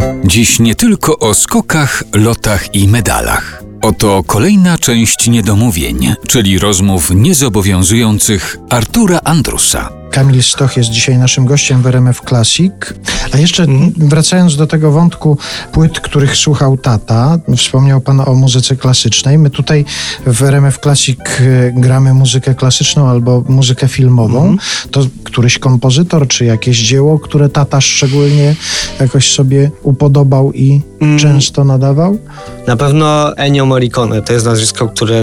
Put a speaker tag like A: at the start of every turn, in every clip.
A: Dziś nie tylko o skokach, lotach i medalach. Oto kolejna część niedomówień, czyli rozmów niezobowiązujących Artura Andrusa.
B: Kamil Stoch jest dzisiaj naszym gościem w RMF Classic. A jeszcze wracając do tego wątku płyt, których słuchał tata, wspomniał pan o muzyce klasycznej. My tutaj w RMF Classic gramy muzykę klasyczną albo muzykę filmową. To któryś kompozytor, czy jakieś dzieło, które tata szczególnie jakoś sobie upodobał i często nadawał?
C: Na pewno Ennio Morricone. To jest nazwisko, które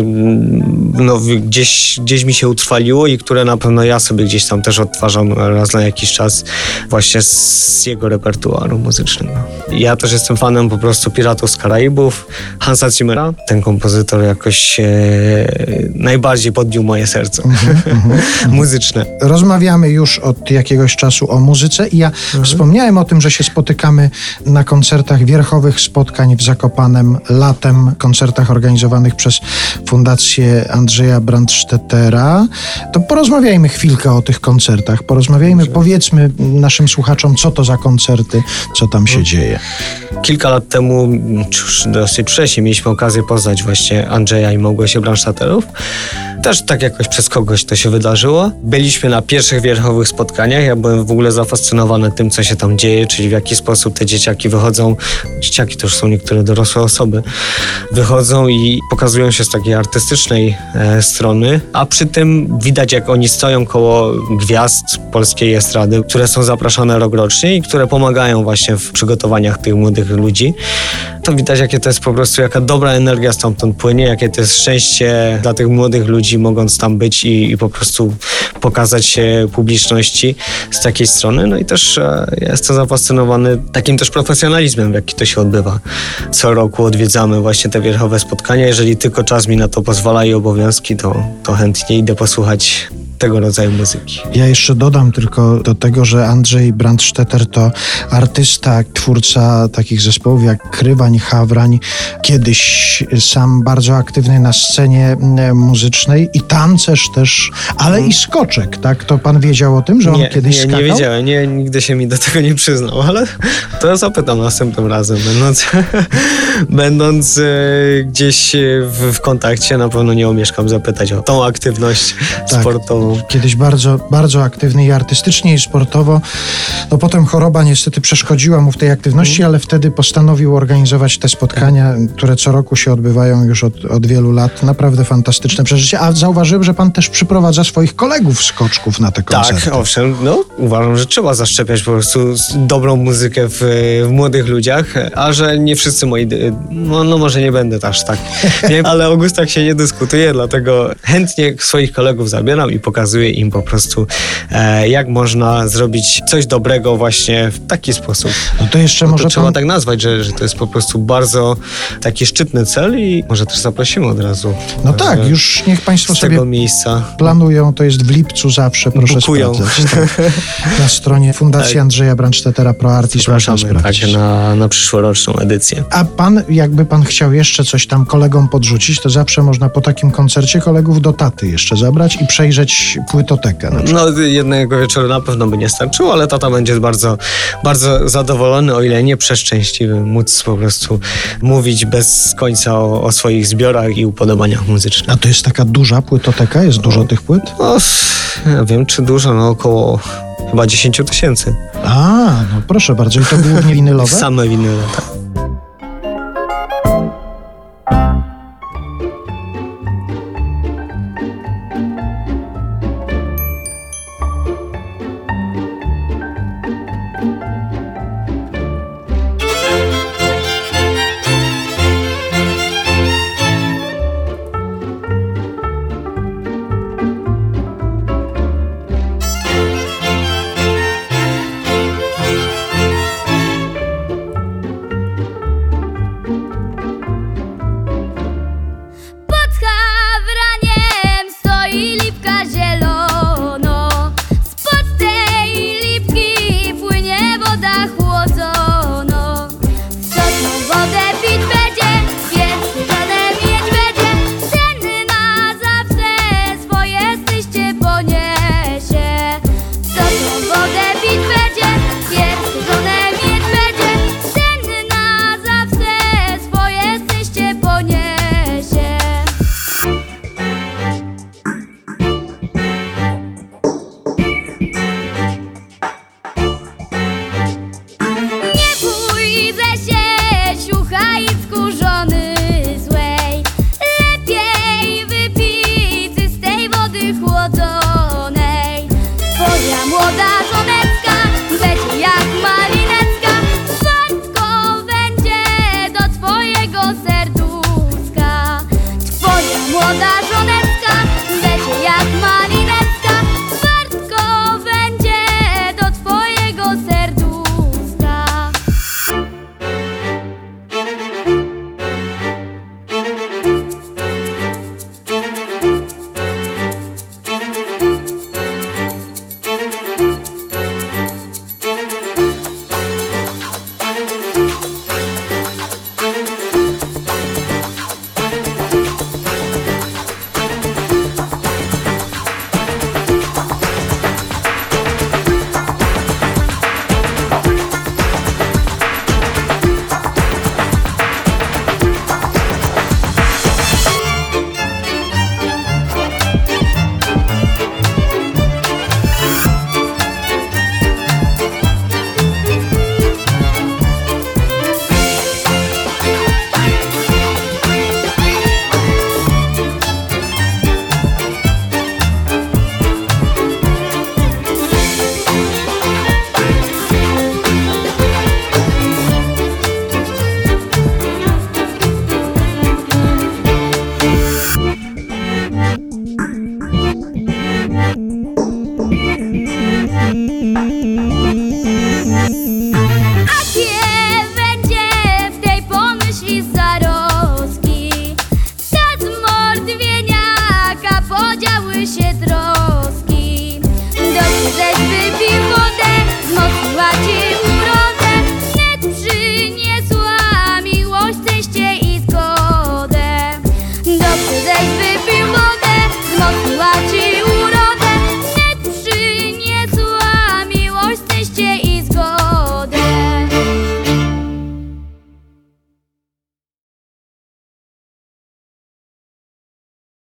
C: gdzieś mi się utrwaliło i które na pewno ja sobie gdzieś tam też odtwarzam raz na jakiś czas właśnie z jego repertuaru muzycznego. Ja też jestem fanem po prostu Piratów z Karaibów, Hansa Zimmera. Ten kompozytor jakoś najbardziej podbił moje serce muzyczne.
B: Rozmawiamy już od jakiegoś czasu o muzyce i ja wspomniałem o tym, że się spotykamy na koncertach wierchowych spotkań w Zakopanem latem, koncertach organizowanych przez Fundację Andrzeja Brandstättera. To porozmawiajmy chwilkę o tych koncertach. Powiedzmy naszym słuchaczom, co to za koncerty, co tam się dzieje.
C: Kilka lat temu, już dosyć wcześnie, mieliśmy okazję poznać właśnie Andrzeja i Małgosię Brandstätterów. Też tak jakoś przez kogoś to się wydarzyło. Byliśmy na pierwszych wierchowych spotkaniach. Ja byłem w ogóle zafascynowany tym, co się tam dzieje, czyli w jaki sposób te dzieciaki wychodzą. Dzieciaki to już są niektóre dorosłe osoby. Wychodzą i pokazują się z takiej artystycznej strony, a przy tym widać, jak oni stoją koło gwiazd polskiej estrady, które są zapraszane rokrocznie i które pomagają właśnie w przygotowaniach tych młodych ludzi. To widać, jakie to jest po prostu, jaka dobra energia stamtąd płynie, jakie to jest szczęście dla tych młodych ludzi, mogąc tam być i po prostu pokazać się publiczności z takiej strony. No i też ja jestem zafascynowany takim też profesjonalizmem, w jaki to się odbywa. Co roku odwiedzamy właśnie te wierchowe spotkania. Jeżeli tylko czas mi na to pozwala i obowiązki, to chętnie idę posłuchać tego rodzaju muzyki.
B: Ja jeszcze dodam tylko do tego, że Andrzej Brandstätter to artysta, twórca takich zespołów jak Krywań, Hawrań, kiedyś sam bardzo aktywny na scenie muzycznej i tancerz też, ale i skoczek, tak? To pan wiedział o tym, że on kiedyś skakał?
C: Nie wiedziałem, nigdy się mi do tego nie przyznał, ale to zapytam następnym razem, będąc gdzieś w kontakcie, na pewno nie omieszkam zapytać o tą aktywność sportową.
B: Kiedyś bardzo, bardzo aktywny i artystycznie, i sportowo. No potem choroba niestety przeszkodziła mu w tej aktywności, ale wtedy postanowił organizować te spotkania, które co roku się odbywają już od wielu lat. Naprawdę fantastyczne przeżycie. A zauważyłem, że pan też przyprowadza swoich kolegów skoczków na te koncerty.
C: Tak, owszem. Uważam, że trzeba zaszczepiać po prostu dobrą muzykę w młodych ludziach, a że nie wszyscy moi... może nie będę aż tak, ale o gustach się nie dyskutuje, dlatego chętnie swoich kolegów zabieram i pokazuję im po prostu, jak można zrobić coś dobrego właśnie w taki sposób.
B: No to jeszcze może
C: trzeba tak nazwać, że to jest po prostu bardzo taki szczytny cel i może też zaprosimy od razu.
B: No tak, już niech państwo
C: z
B: sobie
C: tego miejsca
B: planują, to jest w lipcu zawsze, proszę sprawdzać. Tak. Na stronie Fundacji Andrzeja Brandstättera Pro Artis
C: zapraszamy na przyszłoroczną edycję.
B: A pan, jakby pan chciał jeszcze coś tam kolegom podrzucić, to zawsze można po takim koncercie kolegów do taty jeszcze zabrać i przejrzeć płytotekę.
C: Jednego wieczoru na pewno by nie starczyło, ale tata będzie bardzo, bardzo zadowolony, o ile nie przeszczęśliwy, móc po prostu mówić bez końca o swoich zbiorach i upodobaniach muzycznych.
B: A to jest taka duża płytoteka? Jest dużo tych płyt?
C: Ja wiem, czy dużo, około chyba 10 000.
B: No proszę bardzo. I to głównie winylowe?
C: Same winylowe, tak.